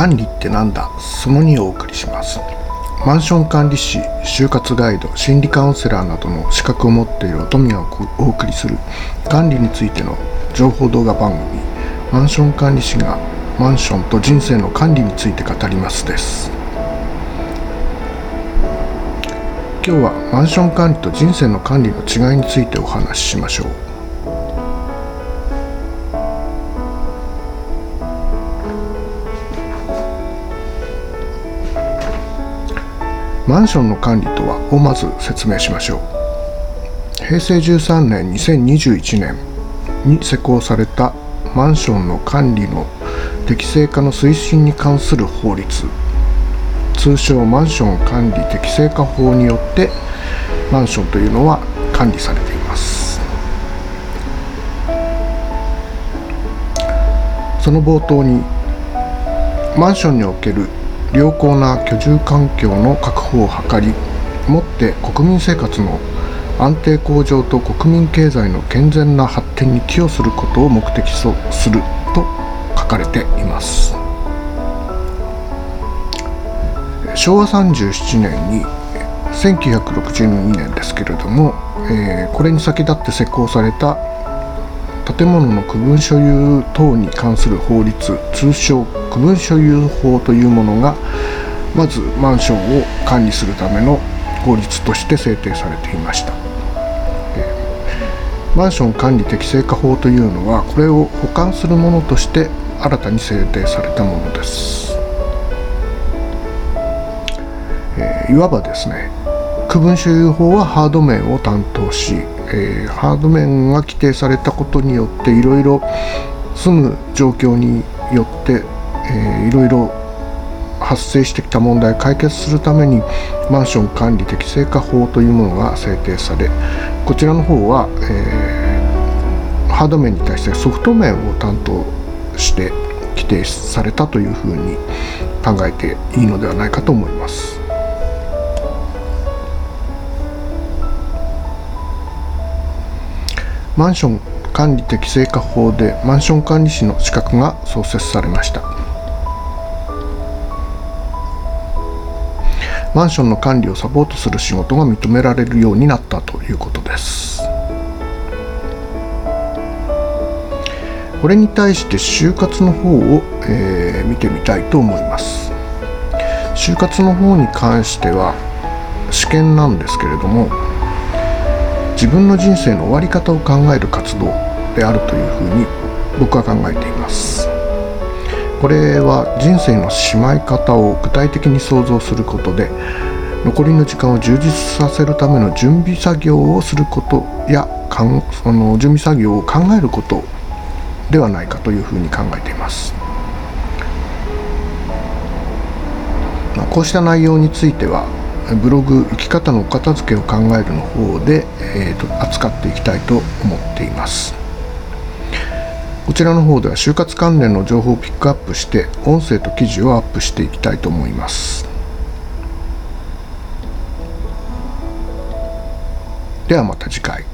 管理ってなんだ、その2をお送りします。マンション管理士、就活ガイド、心理カウンセラーなどの資格を持っている乙女がお送りする管理についての情報動画番組、マンション管理士がマンションと人生の管理について語りますです。今日はマンション管理と人生の管理の違いについてお話ししましょう。マンションの管理とはをまず説明しましょう。平成13年2021年に施行されたマンションの管理の適正化の推進に関する法律、通称マンション管理適正化法によってマンションというのは管理されています。その冒頭に、マンションにおける良好な居住環境の確保を図り、もって国民生活の安定向上と国民経済の健全な発展に寄与することを目的とすると書かれています。昭和37年に1962年ですけれども、これに先立って施行された建物の区分所有等に関する法律、通称区分所有法というものがまずマンションを管理するための法律として制定されていました。マンション管理適正化法というのはこれを補完するものとして新たに制定されたものです。いわばですね、区分所有法はハード面を担当し、ハード面が規定されたことによっていろいろ住む状況によって、いろいろ発生してきた問題を解決するためにマンション管理適正化法というものが制定され、こちらの方は、ハード面に対してソフト面を担当して規定されたというふうに考えていいのではないかと思います。マンション管理適正化法でマンション管理士の資格が創設されました。マンションの管理をサポートする仕事が認められるようになったということです。これに対して就活の方を、見てみたいと思います。就活の方に関しては試験なんですけれども、自分の人生の終わり方を考える活動であるというふうに僕は考えています。これは人生のしまい方を具体的に想像することで、残りの時間を充実させるための準備作業をすることやその準備作業を考えることではないかというふうに考えています。こうした内容についてはブログ生き方のお片付けを考えるの方で、扱っていきたいと思っています。こちらの方では就活関連の情報をピックアップして音声と記事をアップしていきたいと思います。ではまた次回。